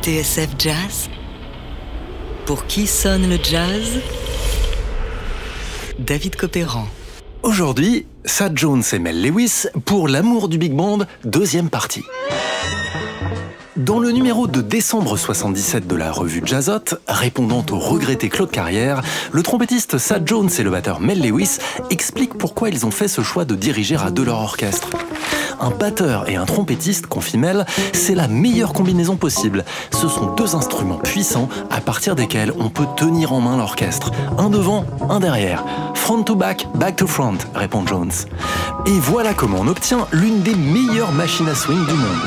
TSF Jazz. Pour qui sonne le jazz? David Copéran. Aujourd'hui, Thad Jones et Mel Lewis pour L'amour du Big Band, deuxième partie. Dans le numéro de décembre 77 de la revue Jazzot, répondant au regretté Claude Carrière, le trompettiste Thad Jones et le batteur Mel Lewis expliquent pourquoi ils ont fait ce choix de diriger à deux leur orchestre. Un batteur et un trompettiste, confie Mel, c'est la meilleure combinaison possible. Ce sont deux instruments puissants à partir desquels on peut tenir en main l'orchestre. Un devant, un derrière. Front to back, back to front, répond Jones. Et voilà comment on obtient l'une des meilleures machines à swing du monde.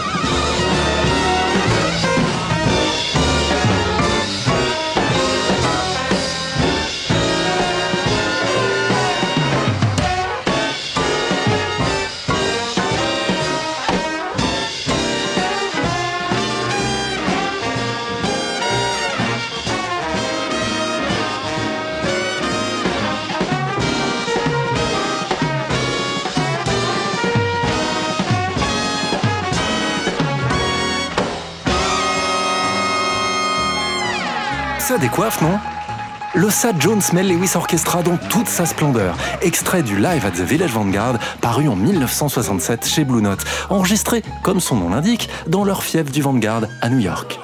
Ça décoiffe, non ? Le Thad Jones Mel Lewis Orchestra dans toute sa splendeur, extrait du Live at the Village Vanguard, paru en 1967 chez Blue Note, enregistré, comme son nom l'indique, dans leur fief du Vanguard à New York.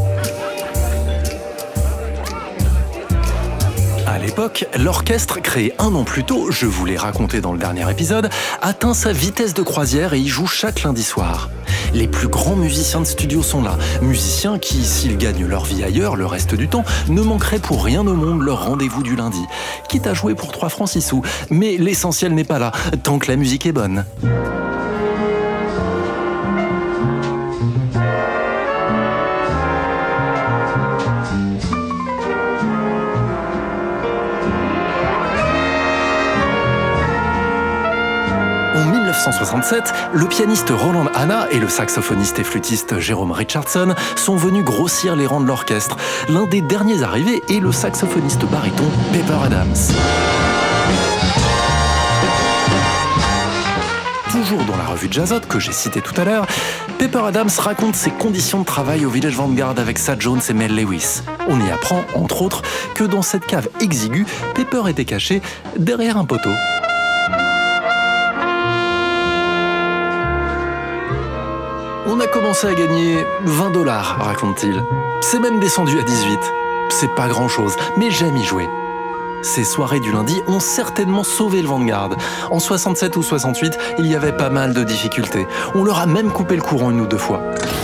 À l'époque, l'orchestre, créé un an plus tôt, je vous l'ai raconté dans le dernier épisode, atteint sa vitesse de croisière et y joue chaque lundi soir. Les plus grands musiciens de studio sont là, musiciens qui, s'ils gagnent leur vie ailleurs le reste du temps, ne manqueraient pour rien au monde leur rendez-vous du lundi. Quitte à jouer pour 3 francs 6 sous, mais l'essentiel n'est pas là, tant que la musique est bonne. En 1967, le pianiste Roland Hanna et le saxophoniste et flûtiste Jerome Richardson sont venus grossir les rangs de l'orchestre. L'un des derniers arrivés est le saxophoniste baryton Pepper Adams. Toujours dans la revue Jazzot que j'ai citée tout à l'heure, Pepper Adams raconte ses conditions de travail au Village Vanguard avec Thad Jones et Mel Lewis. On y apprend, entre autres, que dans cette cave exiguë, Pepper était caché derrière un poteau. On a commencé à gagner $20, raconte-t-il. C'est même descendu à 18. C'est pas grand-chose, mais j'aime y jouer. Ces soirées du lundi ont certainement sauvé le Vanguard. En 67 ou 68, il y avait pas mal de difficultés. On leur a même coupé le courant 1 ou 2 fois.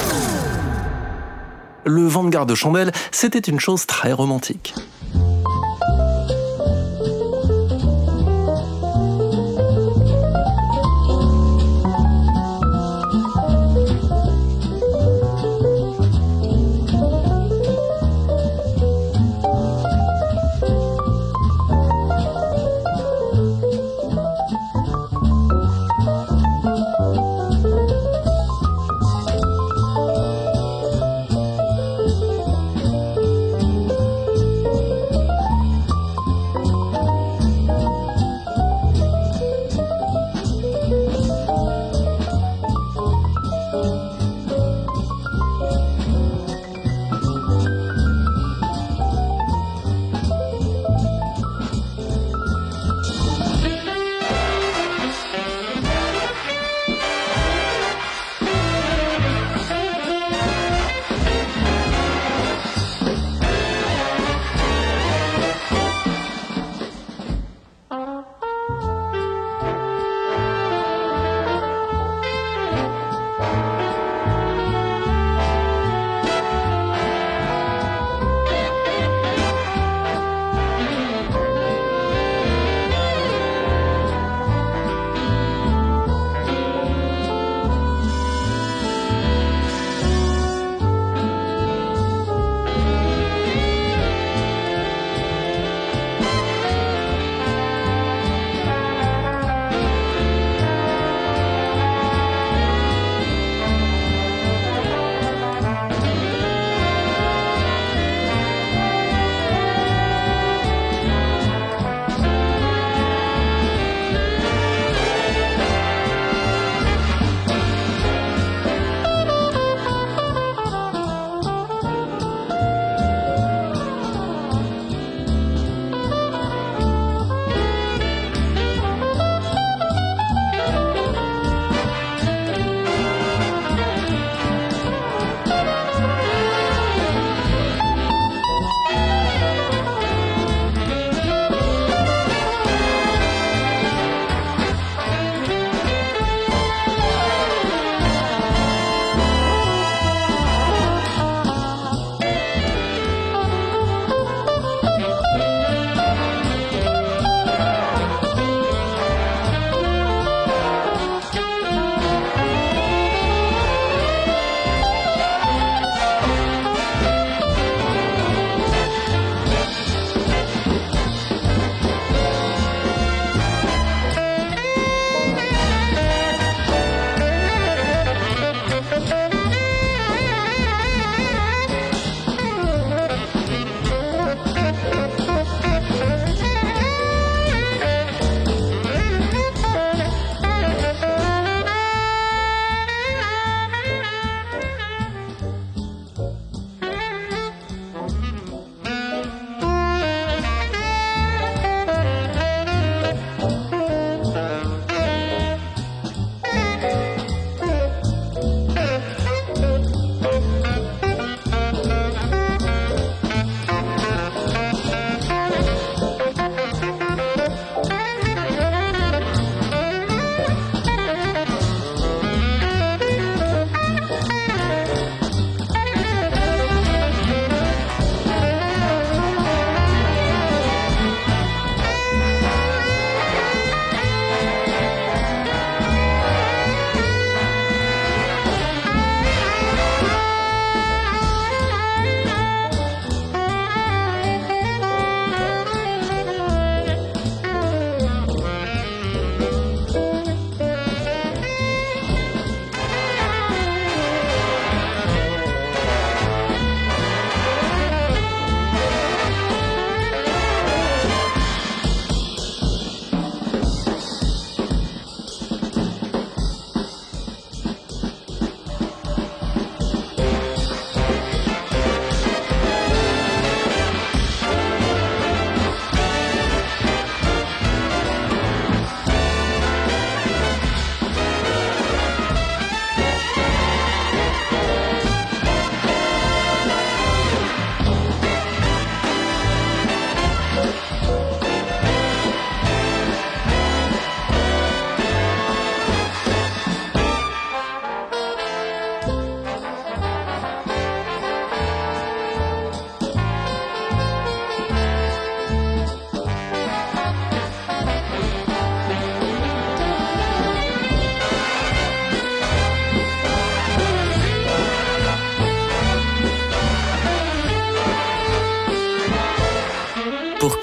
Le Vanguard de chandelle, c'était une chose très romantique.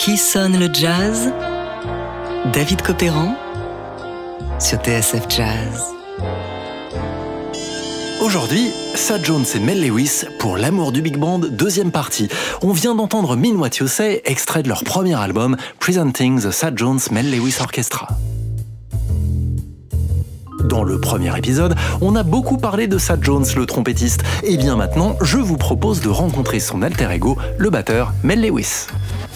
qui sonne le jazz? David Copéran sur TSF Jazz. Aujourd'hui, Thad Jones et Mel Lewis pour L'amour du Big Band, deuxième partie. On vient d'entendre Mean What You Say, extrait de leur premier album, Presenting the Thad Jones Mel Lewis Orchestra. Dans le premier épisode, on a beaucoup parlé de Thad Jones, le trompettiste. Et bien maintenant, je vous propose de rencontrer son alter ego, le batteur Mel Lewis.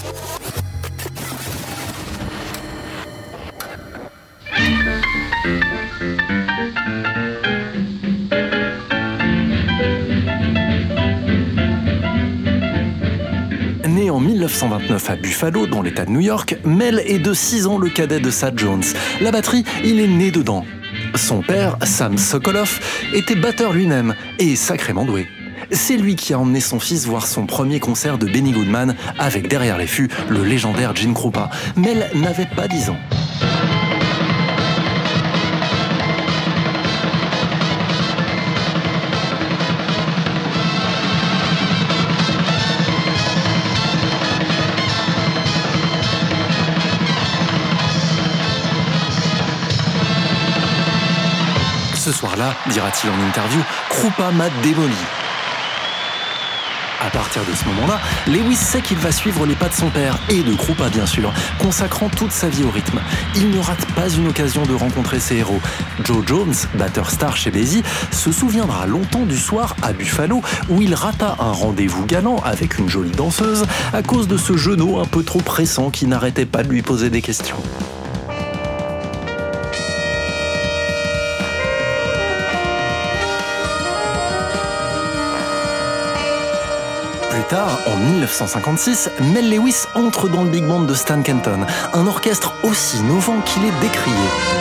Né en 1929 à Buffalo, dans l'État de New York, Mel est de 6 ans le cadet de Thad Jones. La batterie, il est né dedans. Son père, Sam Sokoloff, était batteur lui-même et sacrément doué. C'est lui qui a emmené son fils voir son premier concert de Benny Goodman avec derrière les fûts le légendaire Gene Krupa. Mel n'avait pas 10 ans. Ce soir-là, dira-t-il en interview, Krupa m'a démoli. À partir de ce moment-là, Lewis sait qu'il va suivre les pas de son père, et de Krupa bien sûr, consacrant toute sa vie au rythme. Il ne rate pas une occasion de rencontrer ses héros. Joe Jones, batteur star chez Basie, se souviendra longtemps du soir à Buffalo où il rata un rendez-vous galant avec une jolie danseuse à cause de ce genou un peu trop pressant qui n'arrêtait pas de lui poser des questions. Plus tard, en 1956, Mel Lewis entre dans le Big Band de Stan Kenton, un orchestre aussi innovant qu'il est décrié.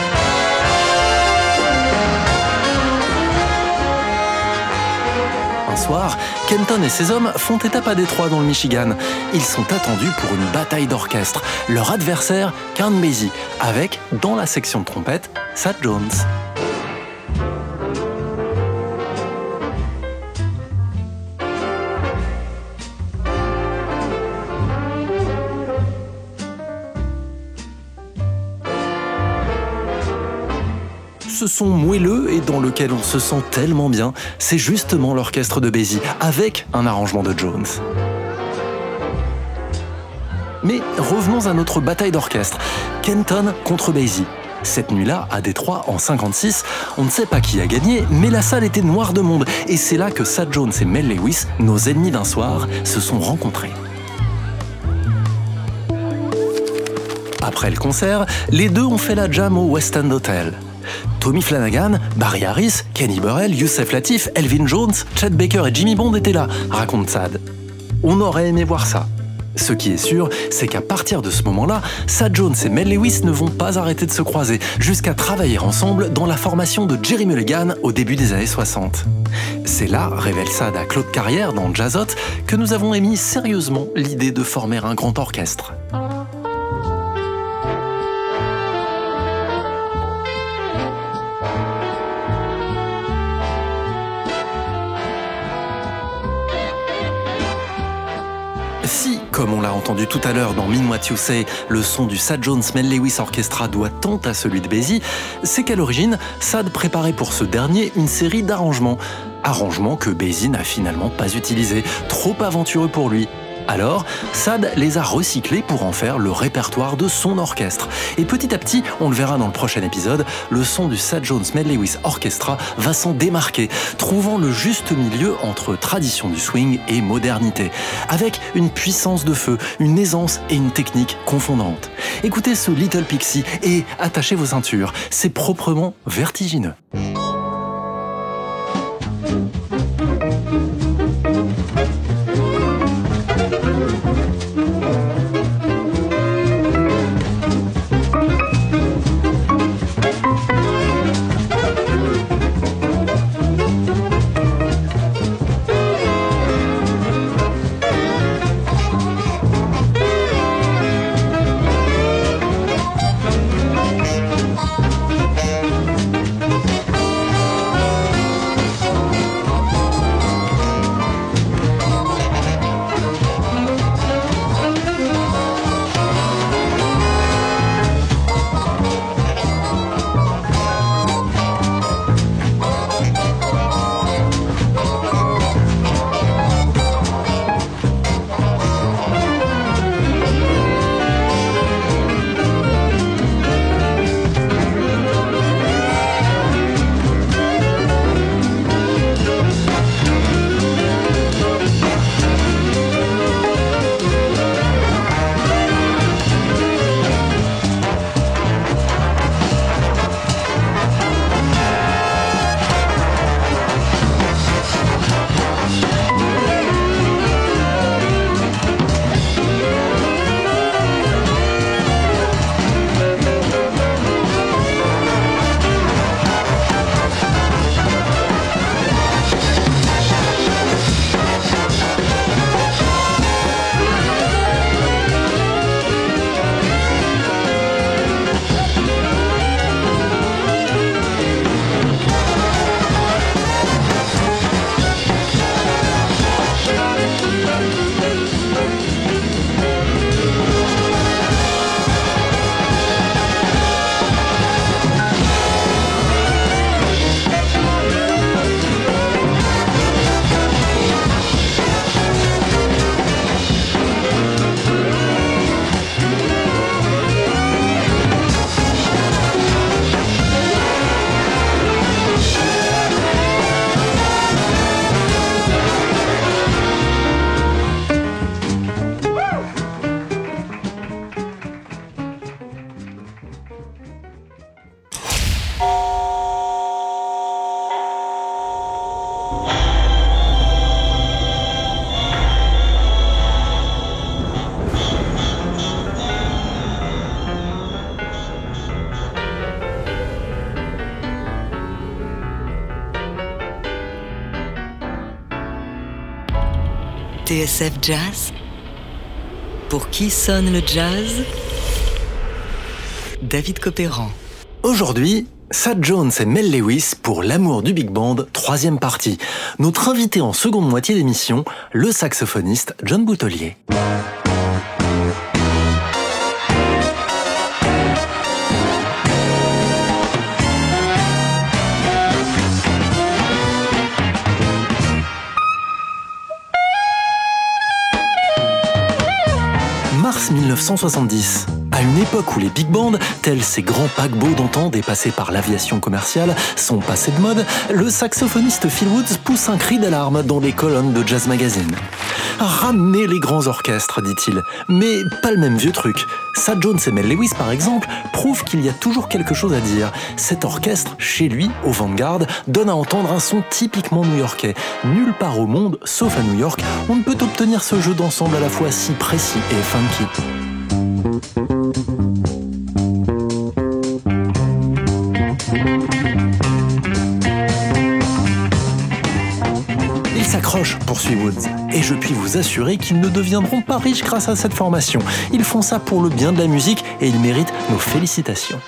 Un soir, Kenton et ses hommes font étape à Détroit dans le Michigan. Ils sont attendus pour une bataille d'orchestre. Leur adversaire, Count Basie, avec, dans la section de trompette, Thad Jones. Ce son moelleux et dans lequel on se sent tellement bien, c'est justement l'orchestre de Basie, avec un arrangement de Jones. Mais revenons à notre bataille d'orchestre, Kenton contre Basie. Cette nuit-là, à Détroit, en 56, on ne sait pas qui a gagné, mais la salle était noire de monde, et c'est là que Thad Jones et Mel Lewis, nos ennemis d'un soir, se sont rencontrés. Après le concert, les deux ont fait la jam au West End Hotel. Tommy Flanagan, Barry Harris, Kenny Burrell, Yusef Lateef, Elvin Jones, Chet Baker et Jimmy Bond étaient là, raconte Thad. On aurait aimé voir ça. Ce qui est sûr, c'est qu'à partir de ce moment-là, Thad Jones et Mel Lewis ne vont pas arrêter de se croiser, jusqu'à travailler ensemble dans la formation de Jerry Mulligan au début des années 60. C'est là, révèle Thad à Claude Carrière dans Jazzot, que nous avons émis sérieusement l'idée de former un grand orchestre. Si, comme on l'a entendu tout à l'heure dans Mean What You Say, le son du Thad Jones Mel Lewis Orchestra doit tant à celui de Basie, c'est qu'à l'origine, Thad préparait pour ce dernier une série d'arrangements. Arrangements que Basie n'a finalement pas utilisés, trop aventureux pour lui. Alors, Thad les a recyclés pour en faire le répertoire de son orchestre. Et petit à petit, on le verra dans le prochain épisode, le son du Thad Jones Mel Lewis Orchestra va s'en démarquer, trouvant le juste milieu entre tradition du swing et modernité, avec une puissance de feu, une aisance et une technique confondante. Écoutez ce Little Pixie et attachez vos ceintures, c'est proprement vertigineux. TSF Jazz. Pour qui sonne le jazz? David Copéran. Aujourd'hui, Thad Jones et Mel Lewis pour L'amour du Big Band, 3e partie. Notre invité en seconde moitié d'émission, le saxophoniste John Boutelier. Mars 1970. À une époque où les big bands, tels ces grands paquebots d'antan dépassés par l'aviation commerciale, sont passés de mode, le saxophoniste Phil Woods pousse un cri d'alarme dans les colonnes de Jazz Magazine. Ramenez les grands orchestres, dit-il. Mais pas le même vieux truc. Thad Jones et Mel Lewis, par exemple, prouvent qu'il y a toujours quelque chose à dire. Cet orchestre, chez lui, au Vanguard, donne à entendre un son typiquement new-yorkais. Nulle part au monde, sauf à New York, on ne peut obtenir ce jeu d'ensemble à la fois si précis et funky. Ils s'accrochent, poursuit Woods, et je puis vous assurer qu'ils ne deviendront pas riches grâce à cette formation. Ils font ça pour le bien de la musique et ils méritent nos félicitations.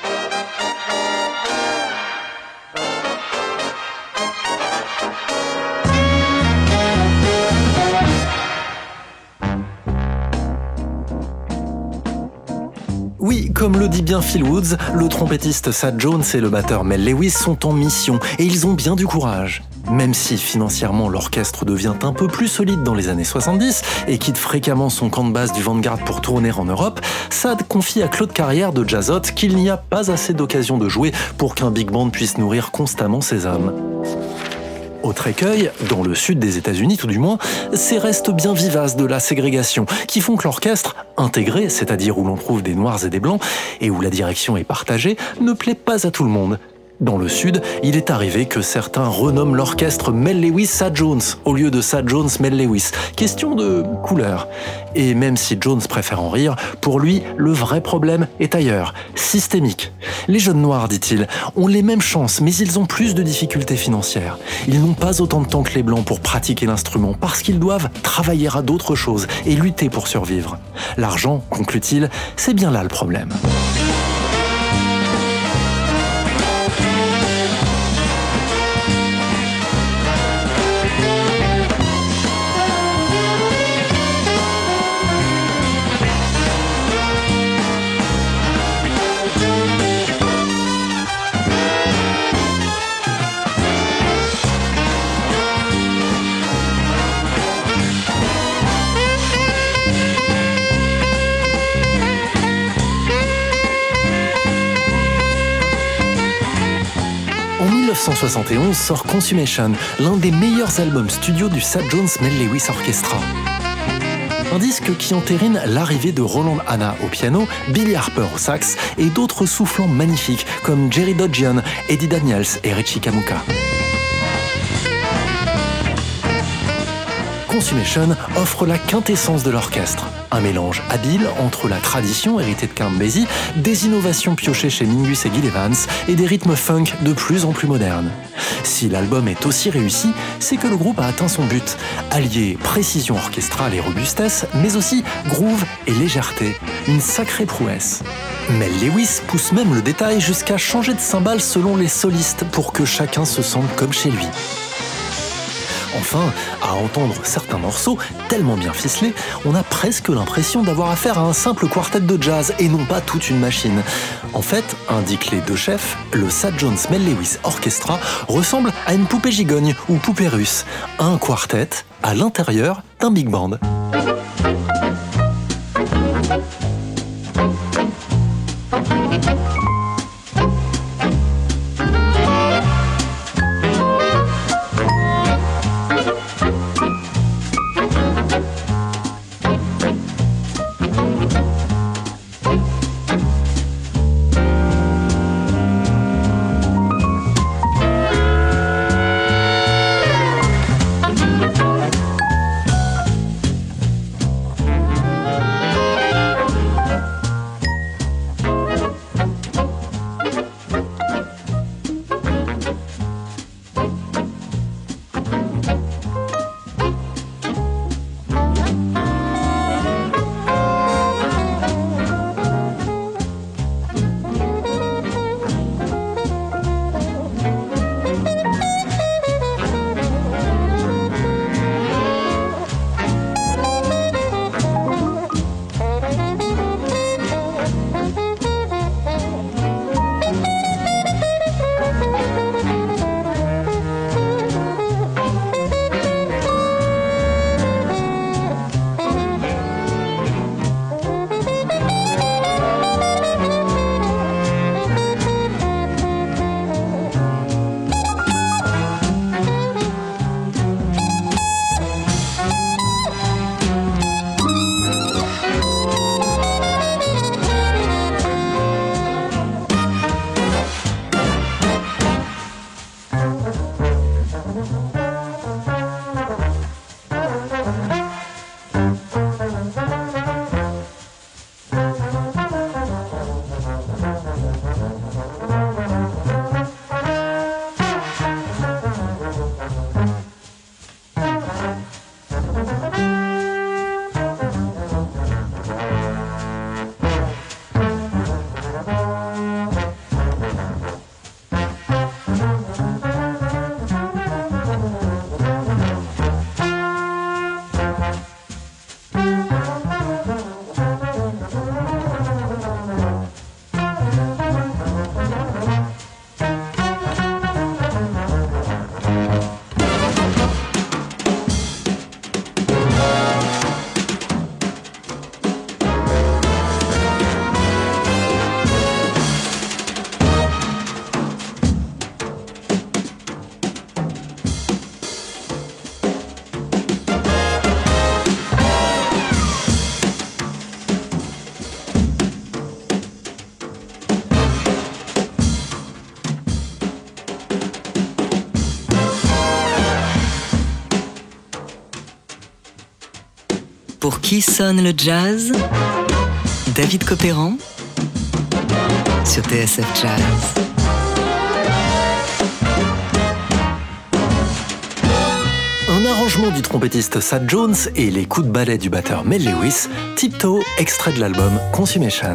Oui, comme le dit bien Phil Woods, le trompettiste Thad Jones et le batteur Mel Lewis sont en mission et ils ont bien du courage. Même si financièrement l'orchestre devient un peu plus solide dans les années 70 et quitte fréquemment son camp de base du Vanguard pour tourner en Europe, Thad confie à Claude Carrière de Jazzot qu'il n'y a pas assez d'occasions de jouer pour qu'un big band puisse nourrir constamment ses hommes. Autre écueil, dans le sud des États-Unis tout du moins, ces restes bien vivaces de la ségrégation qui font que l'orchestre, intégré, c'est-à-dire où l'on trouve des noirs et des blancs, et où la direction est partagée, ne plaît pas à tout le monde. Dans le sud, il est arrivé que certains renomment l'orchestre Mel Lewis-Thad Jones au lieu de Thad Jones-Mel Lewis. Question de couleur. Et même si Jones préfère en rire, pour lui, le vrai problème est ailleurs, systémique. Les jeunes noirs, dit-il, ont les mêmes chances, mais ils ont plus de difficultés financières. Ils n'ont pas autant de temps que les blancs pour pratiquer l'instrument parce qu'ils doivent travailler à d'autres choses et lutter pour survivre. L'argent, conclut-il, c'est bien là le problème. En 1971 sort Consummation, l'un des meilleurs albums studio du Thad Jones Mel Lewis Orchestra. Un disque qui entérine l'arrivée de Roland Hanna au piano, Billy Harper au sax et d'autres soufflants magnifiques comme Jerry Dodgian, Eddie Daniels et Richie Kamuka. Consummation offre la quintessence de l'orchestre. Un mélange habile entre la tradition héritée de Count Basie, des innovations piochées chez Mingus et Gil Evans et des rythmes funk de plus en plus modernes. Si l'album est aussi réussi, c'est que le groupe a atteint son but, allier précision orchestrale et robustesse, mais aussi groove et légèreté, une sacrée prouesse. Mel Lewis pousse même le détail jusqu'à changer de cymbale selon les solistes pour que chacun se sente comme chez lui. Enfin, à entendre certains morceaux tellement bien ficelés, on a presque l'impression d'avoir affaire à un simple quartet de jazz et non pas toute une machine. En fait, indiquent les deux chefs, le Thad Jones Mel Lewis Orchestra ressemble à une poupée gigogne ou poupée russe, un quartet à l'intérieur d'un big band. Pour qui sonne le jazz? David Copéran sur TSF Jazz. Un arrangement du trompettiste Thad Jones et les coups de ballet du batteur Mel Lewis, Tiptoe, extrait de l'album Consummation.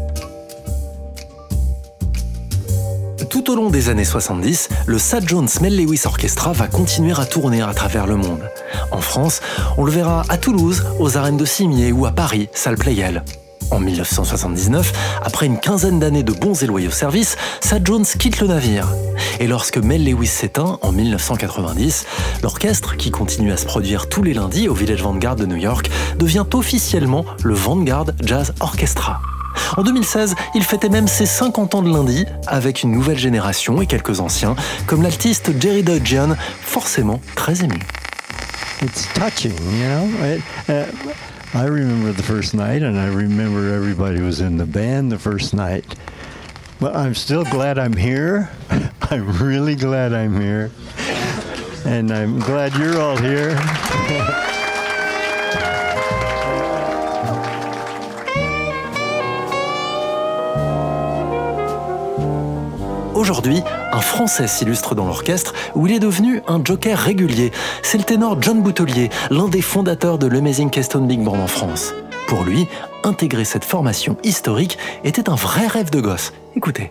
Tout au long des années 70, le Thad Jones Mel Lewis Orchestra va continuer à tourner à travers le monde. En France, on le verra à Toulouse, aux arènes de Cimier ou à Paris, salle Pleyel. En 1979, après une quinzaine d'années de bons et loyaux services, Thad Jones quitte le navire. Et lorsque Mel Lewis s'éteint, en 1990, l'orchestre, qui continue à se produire tous les lundis au Village Vanguard de New York, devient officiellement le Vanguard Jazz Orchestra. En 2016, il fêtait même ses 50 ans de lundi, avec une nouvelle génération et quelques anciens, comme l'altiste Jerry Dudgeon, forcément très ému. It's touching, you know. I remember the first night, and I remember everybody was in the band the first night. But I'm still glad I'm here. I'm really glad I'm here. And I'm glad you're all here. Aujourd'hui, un Français s'illustre dans l'orchestre où il est devenu un joker régulier. C'est le ténor John Boutelier, l'un des fondateurs de l'Amazing Keystone Big Band en France. Pour lui, intégrer cette formation historique était un vrai rêve de gosse. Écoutez.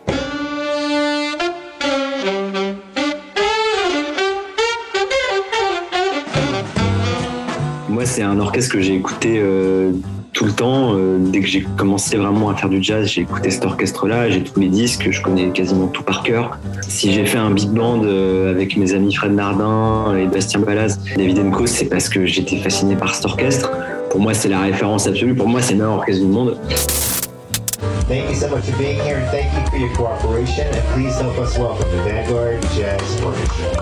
Moi, c'est un orchestre que j'ai écouté tout le temps. Dès que j'ai commencé vraiment à faire du jazz, j'ai écouté cet orchestre-là, j'ai tous les disques, je connais quasiment tout par cœur. Si j'ai fait un big band avec mes amis Fred Nardin et Bastien Balaz, David Enco, c'est parce que j'étais fasciné par cet orchestre. Pour moi, c'est la référence absolue. Pour moi, c'est le meilleur orchestre du monde. Thank you so much for being here and thank you for your cooperation and please help us welcome the Vanguard Jazz Orchestra.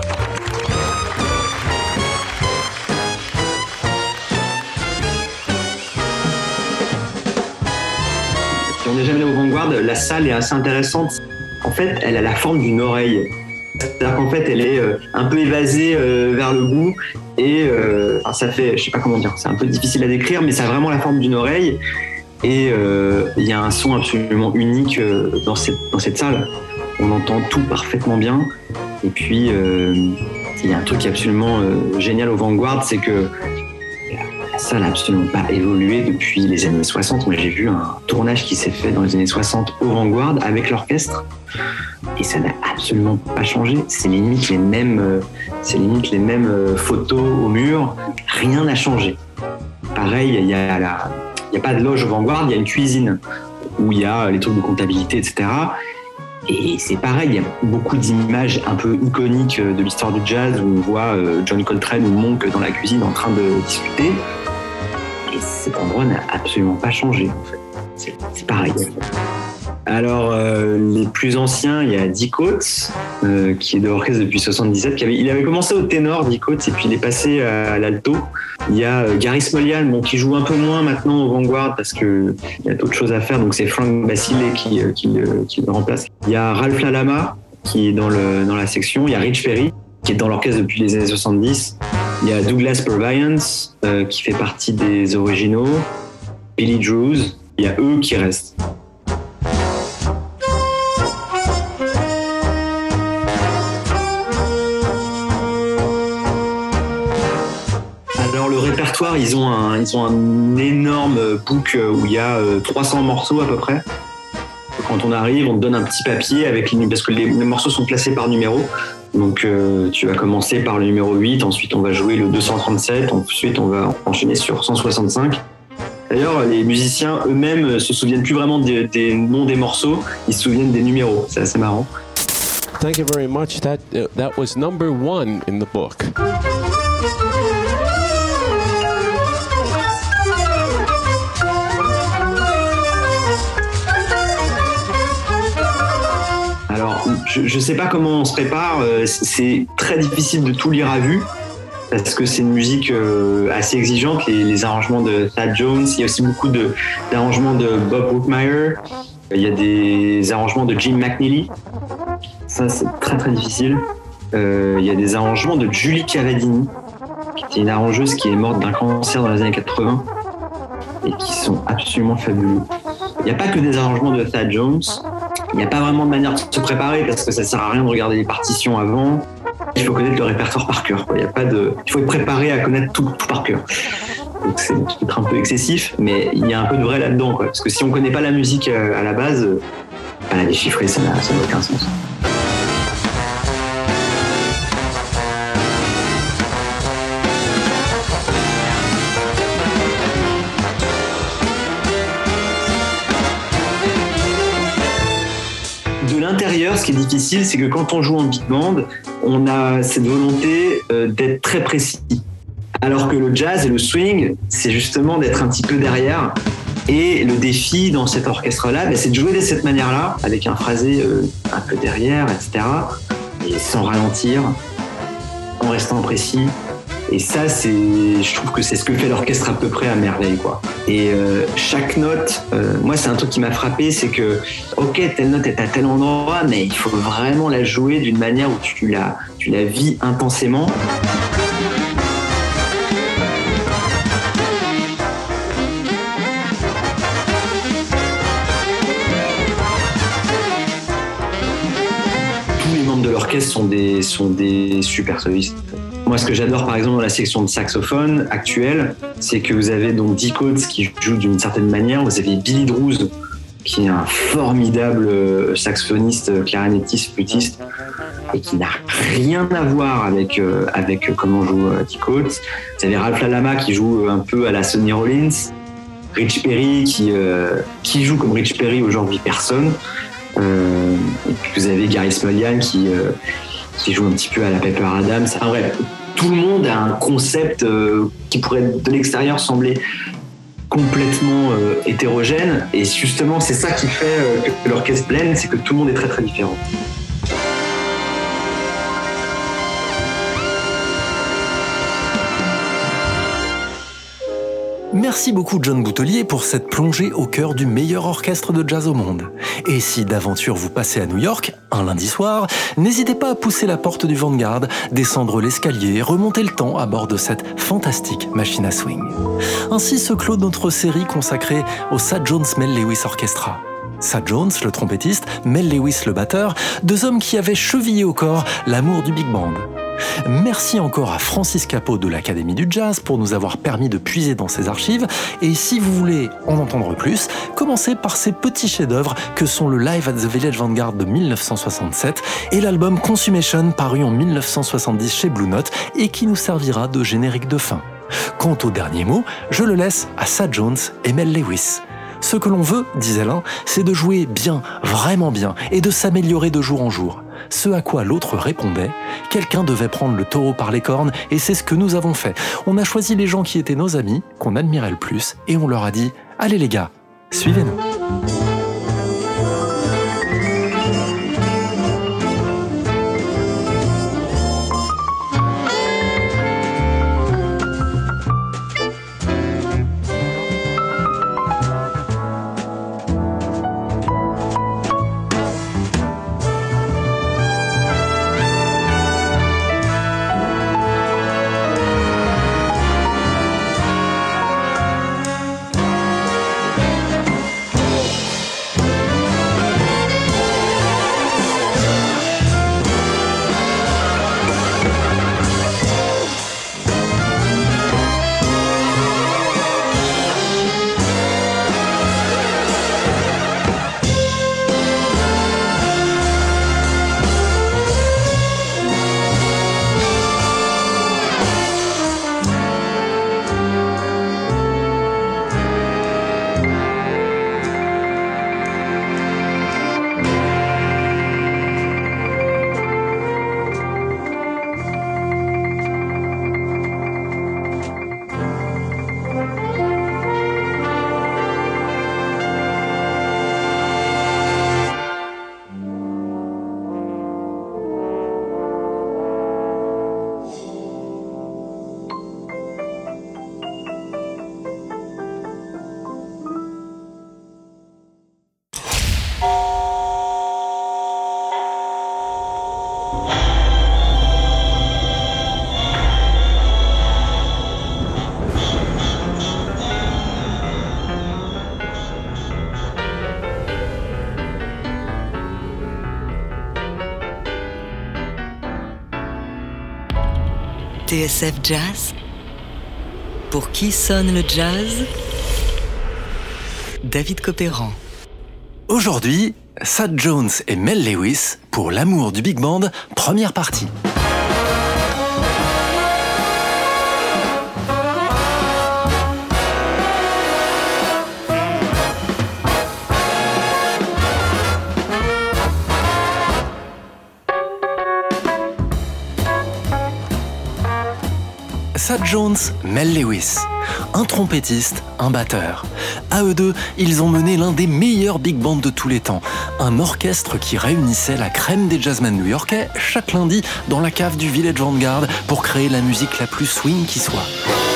Si on n'est jamais allé au Vanguard, la salle est assez intéressante. En fait, elle a la forme d'une oreille. C'est-à-dire qu'en fait, elle est un peu évasée vers le bout et ça fait, je sais pas comment dire, c'est un peu difficile à décrire, mais ça a vraiment la forme d'une oreille et il y a un son absolument unique dans cette salle. On entend tout parfaitement bien et puis il y a un truc qui est absolument génial au Vanguard, c'est que la salle n'a absolument pas évolué depuis les années 60. Moi, j'ai vu un tournage qui s'est fait dans les années 60 au Vanguard avec l'orchestre. Et ça n'a absolument pas changé. C'est limite les mêmes photos au mur. Rien n'a changé. Pareil, il y a pas de loge au Vanguard, il y a une cuisine où il y a les trucs de comptabilité, etc. Et c'est pareil, il y a beaucoup d'images un peu iconiques de l'histoire du jazz où on voit John Coltrane ou Monk dans la cuisine en train de discuter. Et cet endroit n'a absolument pas changé, en fait. C'est pareil. Alors, les plus anciens, il y a Dick Coates, qui est de l'orchestre depuis 77. Il avait commencé au ténor, Dick Coates, et puis il est passé à l'alto. Il y a Gary Smolian, qui joue un peu moins maintenant au Vanguard parce qu'il y a d'autres choses à faire, donc c'est Frank Basile qui le remplace. Il y a Ralph Lalama, qui est dans la section. Il y a Rich Perry, qui est dans l'orchestre depuis les années 70. Il y a Douglas Purviance, qui fait partie des originaux. Billy Drews. Il y a eux qui restent. Ils ont un énorme book où il y a 300 morceaux à peu près. Quand on arrive, on te donne un petit papier parce que les morceaux sont classés par numéro. Donc tu vas commencer par le numéro 8, ensuite on va jouer le 237, ensuite on va enchaîner sur 165. D'ailleurs, les musiciens eux-mêmes se souviennent plus vraiment des noms des morceaux, ils se souviennent des numéros. C'est assez marrant. Thank you very much. That was number 1 in the book. Alors, je sais pas comment on se prépare, c'est très difficile de tout lire à vue, parce que c'est une musique assez exigeante, les arrangements de Thad Jones, il y a aussi beaucoup d'arrangements de Bob Brookmeyer, il y a des arrangements de Jim McNeely, ça c'est très très difficile, il y a des arrangements de Julie Cavadini, qui était une arrangeuse qui est morte d'un cancer dans les années 80, et qui sont absolument fabuleux. Il n'y a pas que des arrangements de Thad Jones. Il n'y a pas vraiment de manière de se préparer parce que ça sert à rien de regarder les partitions avant. Il faut connaître le répertoire par cœur. Il faut être préparé à connaître tout par cœur. Donc c'est peut-être un peu excessif, mais il y a un peu de vrai là-dedans, quoi. Parce que si on ne connaît pas la musique à la base, la déchiffrer, ça n'a aucun sens. De l'intérieur, ce qui est difficile, c'est que quand on joue en big band, on a cette volonté d'être très précis. Alors que le jazz et le swing, c'est justement d'être un petit peu derrière. Et le défi dans cet orchestre-là, c'est de jouer de cette manière-là, avec un phrasé un peu derrière, etc. Et sans ralentir, en restant précis. Et ça, je trouve que c'est ce que fait l'orchestre à peu près à merveille, quoi. Et chaque note, moi, c'est un truc qui m'a frappé, c'est que, ok, telle note est à tel endroit, mais il faut vraiment la jouer d'une manière où tu la vis intensément. Tous les membres de l'orchestre sont des super solistes. Moi, ce que j'adore, par exemple, dans la section de saxophone actuelle, c'est que vous avez donc Dick Oates qui joue d'une certaine manière, vous avez Billy Drewes qui est un formidable saxophoniste, clarinettiste, flûtiste, et qui n'a rien à voir avec comment joue Dick Oates. Vous avez Ralph Lalama qui joue un peu à la Sonny Rollins, Rich Perry qui joue comme Rich Perry aujourd'hui personne, et puis vous avez Gary Smulyan qui joue un petit peu à la Pepper Adams. Enfin bref, tout le monde a un concept qui pourrait de l'extérieur sembler complètement hétérogène, et justement c'est ça qui fait que l'orchestre blend, c'est que tout le monde est très très différent. Merci beaucoup John Boutelier pour cette plongée au cœur du meilleur orchestre de jazz au monde. Et si d'aventure vous passez à New York, un lundi soir, n'hésitez pas à pousser la porte du Vanguard, descendre l'escalier, remonter le temps à bord de cette fantastique machine à swing. Ainsi se clôt notre série consacrée au Thad Jones Mel Lewis Orchestra. Thad Jones, le trompettiste, Mel Lewis, le batteur, deux hommes qui avaient chevillé au corps l'amour du big band. Merci encore à Francis Capot de l'Académie du Jazz pour nous avoir permis de puiser dans ses archives. Et si vous voulez en entendre plus, commencez par ces petits chefs-d'œuvre que sont le Live at the Village Vanguard de 1967 et l'album Consummation paru en 1970 chez Blue Note et qui nous servira de générique de fin. Quant au dernier mot, je le laisse à Thad Jones et Mel Lewis. Ce que l'on veut, disait l'un, c'est de jouer bien, vraiment bien, et de s'améliorer de jour en jour. Ce à quoi l'autre répondait, quelqu'un devait prendre le taureau par les cornes, et c'est ce que nous avons fait. On a choisi les gens qui étaient nos amis, qu'on admirait le plus, et on leur a dit « Allez les gars, suivez-nous ». TSF Jazz. Pour qui sonne le jazz? David Copéran. Aujourd'hui, Thad Jones et Mel Lewis pour l'amour du Big Band, première partie. Thad Jones, Mel Lewis. Un trompettiste, un batteur. À eux deux, ils ont mené l'un des meilleurs big bands de tous les temps. Un orchestre qui réunissait la crème des jazzmen new-yorkais chaque lundi dans la cave du Village Vanguard pour créer la musique la plus swing qui soit.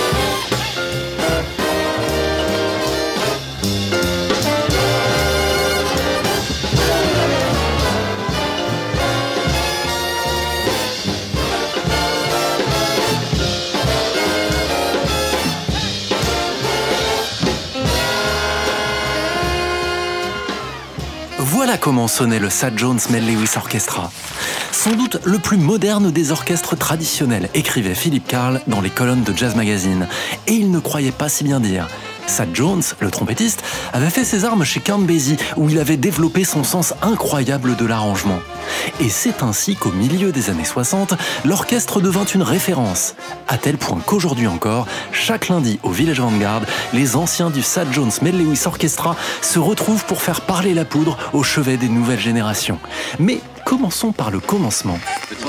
Voilà comment sonnait le Thad Jones Mel Lewis Orchestra. Sans doute le plus moderne des orchestres traditionnels, écrivait Philip Carl dans les colonnes de Jazz Magazine. Et il ne croyait pas si bien dire. Thad Jones, le trompettiste, avait fait ses armes chez Count Basie, où il avait développé son sens incroyable de l'arrangement. Et c'est ainsi qu'au milieu des années 60, l'orchestre devint une référence. À tel point qu'aujourd'hui encore, chaque lundi au Village Vanguard, les anciens du Thad Jones Mel Lewis Orchestra se retrouvent pour faire parler la poudre au chevet des nouvelles générations. Mais commençons par le commencement.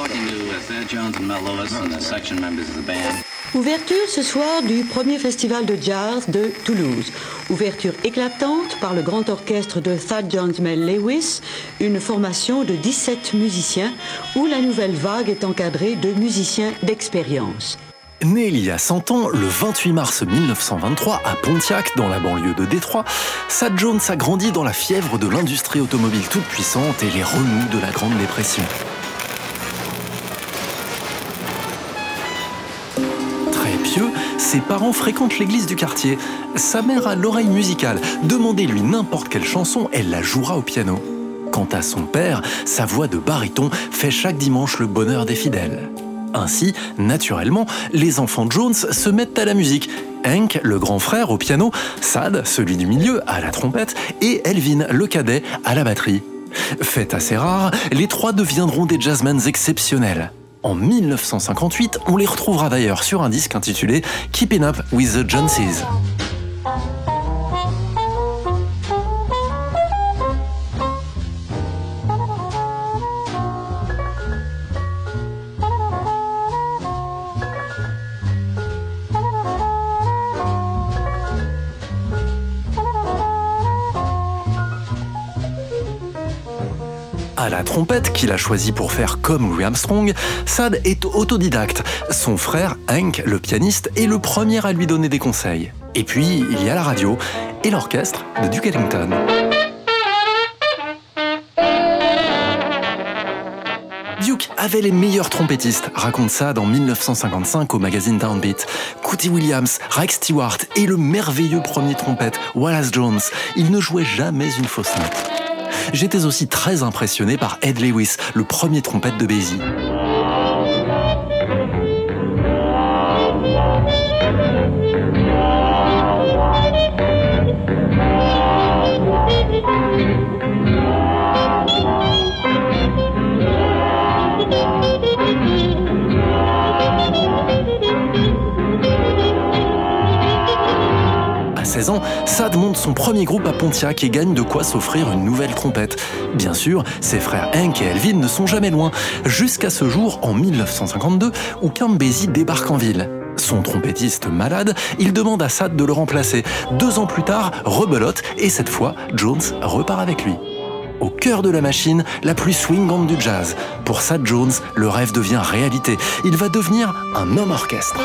Ouverture ce soir du premier festival de jazz de Toulouse. Ouverture éclatante par le grand orchestre de Thad Jones Mel Lewis, une formation de 17 musiciens où la nouvelle vague est encadrée de musiciens d'expérience. Né il y a 100 ans, le 28 mars 1923, à Pontiac, dans la banlieue de Détroit, Thad Jones a grandi dans la fièvre de l'industrie automobile toute puissante et les remous de la Grande Dépression. Pieux, ses parents fréquentent l'église du quartier. Sa mère a l'oreille musicale. Demandez-lui n'importe quelle chanson, elle la jouera au piano. Quant à son père, sa voix de baryton fait chaque dimanche le bonheur des fidèles. Ainsi, naturellement, les enfants Jones se mettent à la musique. Hank, le grand frère, au piano, Thad, celui du milieu, à la trompette, et Elvin, le cadet, à la batterie. Fait assez rare, les trois deviendront des jazzmen exceptionnels. En 1958, on les retrouvera d'ailleurs sur un disque intitulé Keeping Up with the Joneses. À la trompette, qu'il a choisi pour faire comme Louis Armstrong, Thad est autodidacte. Son frère, Hank, le pianiste, est le premier à lui donner des conseils. Et puis, il y a la radio et l'orchestre de Duke Ellington. Duke avait les meilleurs trompettistes, raconte Thad en 1955 au magazine Downbeat. Cootie Williams, Rex Stewart et le merveilleux premier trompette, Wallace Jones. Il ne jouait jamais une fausse note. J'étais aussi très impressionné par Ed Lewis, le premier trompette de Basie. À 16 ans, Thad monte son premier groupe à Pontiac et gagne de quoi s'offrir une nouvelle trompette. Bien sûr, ses frères Hank et Elvin ne sont jamais loin, jusqu'à ce jour, en 1952, où Count Basie débarque en ville. Son trompettiste malade, il demande à Thad de le remplacer. 2 ans plus tard, rebelote, et cette fois, Jones repart avec lui. Au cœur de la machine, la plus swingante du jazz. Pour Thad Jones, le rêve devient réalité. Il va devenir un homme orchestre.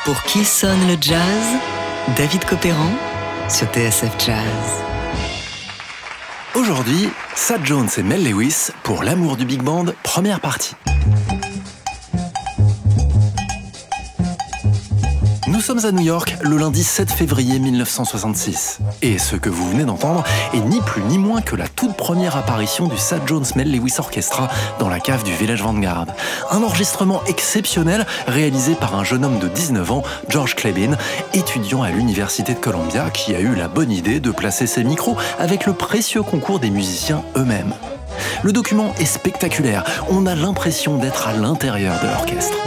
Pour qui sonne le jazz? David Copéran sur TSF Jazz. Aujourd'hui, Thad Jones et Mel Lewis pour l'amour du big band, première partie. Nous sommes à New York le lundi 7 février 1966. Et ce que vous venez d'entendre est ni plus ni moins que la toute première apparition du Thad Jones Mel Lewis Orchestra dans la cave du Village Vanguard. Un enregistrement exceptionnel réalisé par un jeune homme de 19 ans, George Klebin, étudiant à l'Université de Columbia, qui a eu la bonne idée de placer ses micros avec le précieux concours des musiciens eux-mêmes. Le document est spectaculaire, on a l'impression d'être à l'intérieur de l'orchestre.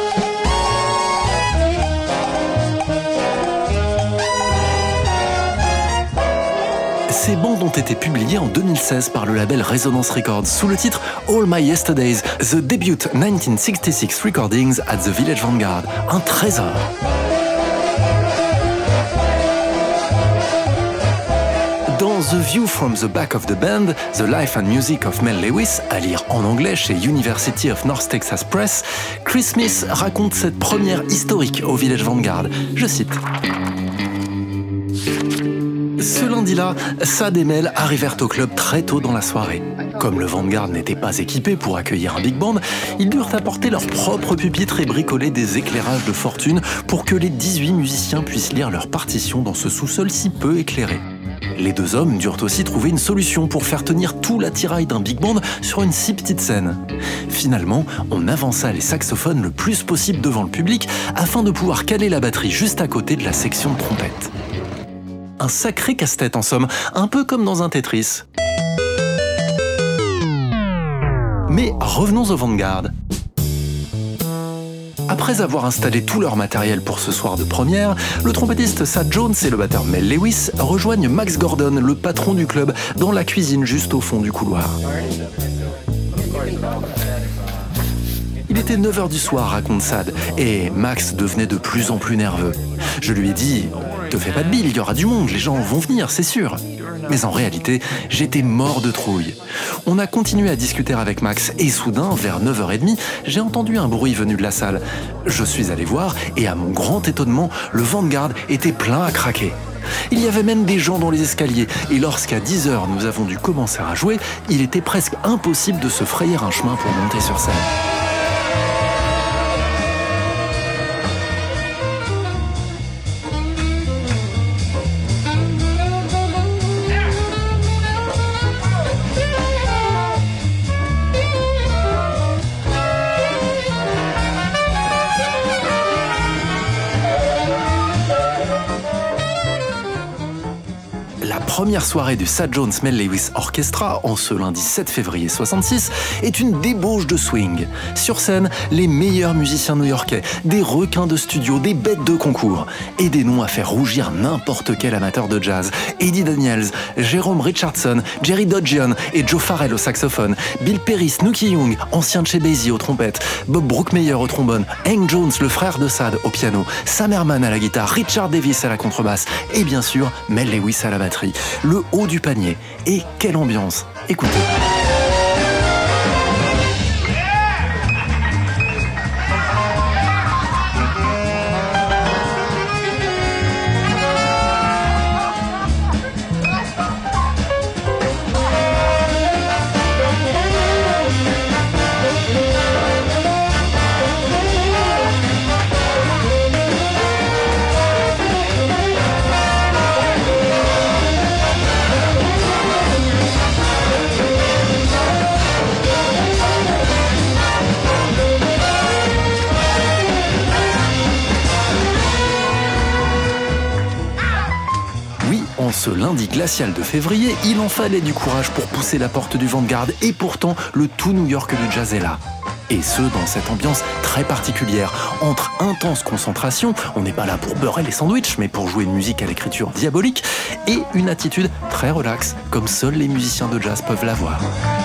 Ces bandes ont été publiées en 2016 par le label Resonance Records sous le titre All My Yesterdays, The Debut 1966 Recordings at the Village Vanguard. Un trésor. Dans The View from the Back of the Band, The Life and Music of Mel Lewis, à lire en anglais chez University of North Texas Press, Chris Smith raconte cette première historique au Village Vanguard. Je cite. Ce lundi-là, Thad et Mel arrivèrent au club très tôt dans la soirée. Comme le Vanguard n'était pas équipé pour accueillir un big band, ils durent apporter leur propre pupitre et bricoler des éclairages de fortune pour que les 18 musiciens puissent lire leurs partitions dans ce sous-sol si peu éclairé. Les deux hommes durent aussi trouver une solution pour faire tenir tout l'attirail d'un big band sur une si petite scène. Finalement, on avança les saxophones le plus possible devant le public afin de pouvoir caler la batterie juste à côté de la section de trompette. Un sacré casse-tête en somme, un peu comme dans un Tetris. Mais revenons au Vanguard. Après avoir installé tout leur matériel pour ce soir de première, le trompettiste Thad Jones et le batteur Mel Lewis rejoignent Max Gordon, le patron du club, dans la cuisine juste au fond du couloir. Il était 9h du soir, raconte Thad, et Max devenait de plus en plus nerveux. Je lui ai dit « Te fais pas de bile, il y aura du monde, les gens vont venir, c'est sûr ». Mais en réalité, j'étais mort de trouille. On a continué à discuter avec Max et soudain, vers 9h30, j'ai entendu un bruit venu de la salle. Je suis allé voir et à mon grand étonnement, le Vanguard était plein à craquer. Il y avait même des gens dans les escaliers et lorsqu'à 10h nous avons dû commencer à jouer, il était presque impossible de se frayer un chemin pour monter sur scène. La première soirée du Thad Jones Mel Lewis Orchestra, en ce lundi 7 février 66, est une débauche de swing. Sur scène, les meilleurs musiciens new-yorkais, des requins de studio, des bêtes de concours, et des noms à faire rougir n'importe quel amateur de jazz. Eddie Daniels, Jerome Richardson, Jerry Dodgion et Joe Farrell au saxophone, Bill Perry, Snooky Young, ancien de chez Basie aux trompettes, Bob Brookmeyer au trombone, Hank Jones, le frère de Thad, au piano, Sam Herman à la guitare, Richard Davis à la contrebasse, et bien sûr, Mel Lewis à la batterie. Le haut du panier. Et quelle ambiance! Écoutez. Ce lundi glacial de février, il en fallait du courage pour pousser la porte du Vanguard et pourtant le tout New York du jazz est là. Et ce, dans cette ambiance très particulière, entre intense concentration, on n'est pas là pour beurrer les sandwichs, mais pour jouer une musique à l'écriture diabolique, et une attitude très relaxe, comme seuls les musiciens de jazz peuvent l'avoir.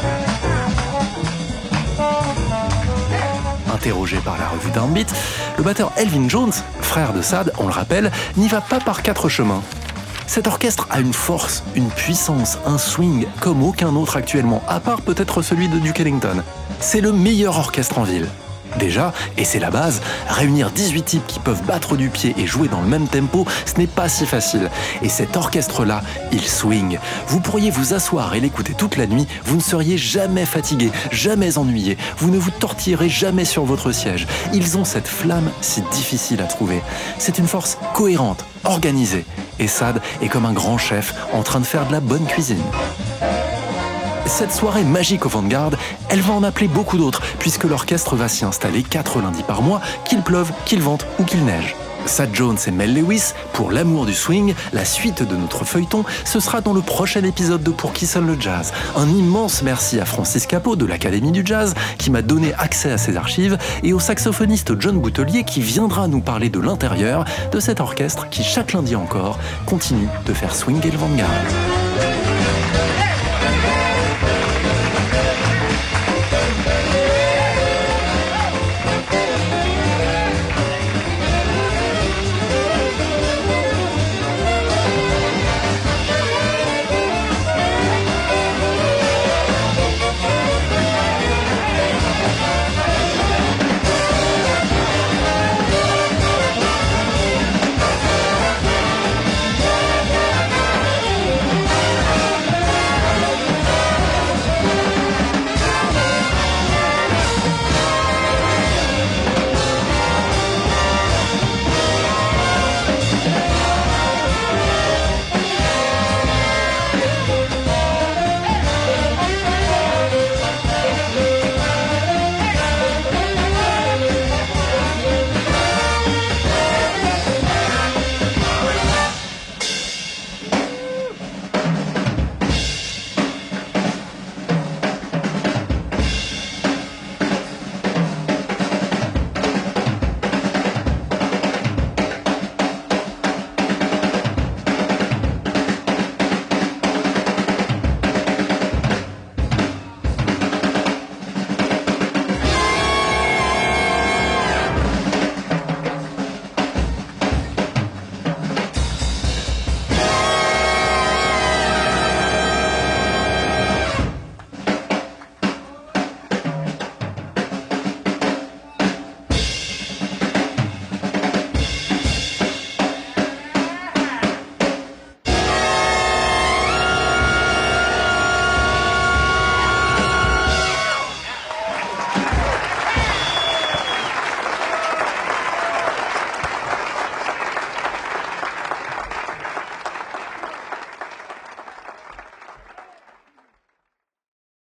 Interrogé par la revue Downbeat, le batteur Elvin Jones, frère de Thad, on le rappelle, n'y va pas par 4 chemins. Cet orchestre a une force, une puissance, un swing comme aucun autre actuellement, à part peut-être celui de Duke Ellington. C'est le meilleur orchestre en ville. Déjà, et c'est la base, réunir 18 types qui peuvent battre du pied et jouer dans le même tempo, ce n'est pas si facile. Et cet orchestre-là, il swing. Vous pourriez vous asseoir et l'écouter toute la nuit, vous ne seriez jamais fatigué, jamais ennuyé, vous ne vous tortillerez jamais sur votre siège. Ils ont cette flamme si difficile à trouver. C'est une force cohérente, organisée. Et Sad est comme un grand chef en train de faire de la bonne cuisine. Cette soirée magique au Vanguard, elle va en appeler beaucoup d'autres, puisque l'orchestre va s'y installer 4 lundis par mois, qu'il pleuve, qu'il vente ou qu'il neige. Thad Jones et Mel Lewis, pour l'amour du swing, la suite de notre feuilleton, ce sera dans le prochain épisode de Pour qui sonne le jazz. Un immense merci à Francis Capot de l'Académie du Jazz, qui m'a donné accès à ses archives, et au saxophoniste John Boutelier, qui viendra nous parler de l'intérieur de cet orchestre qui, chaque lundi encore, continue de faire swinger le Vanguard.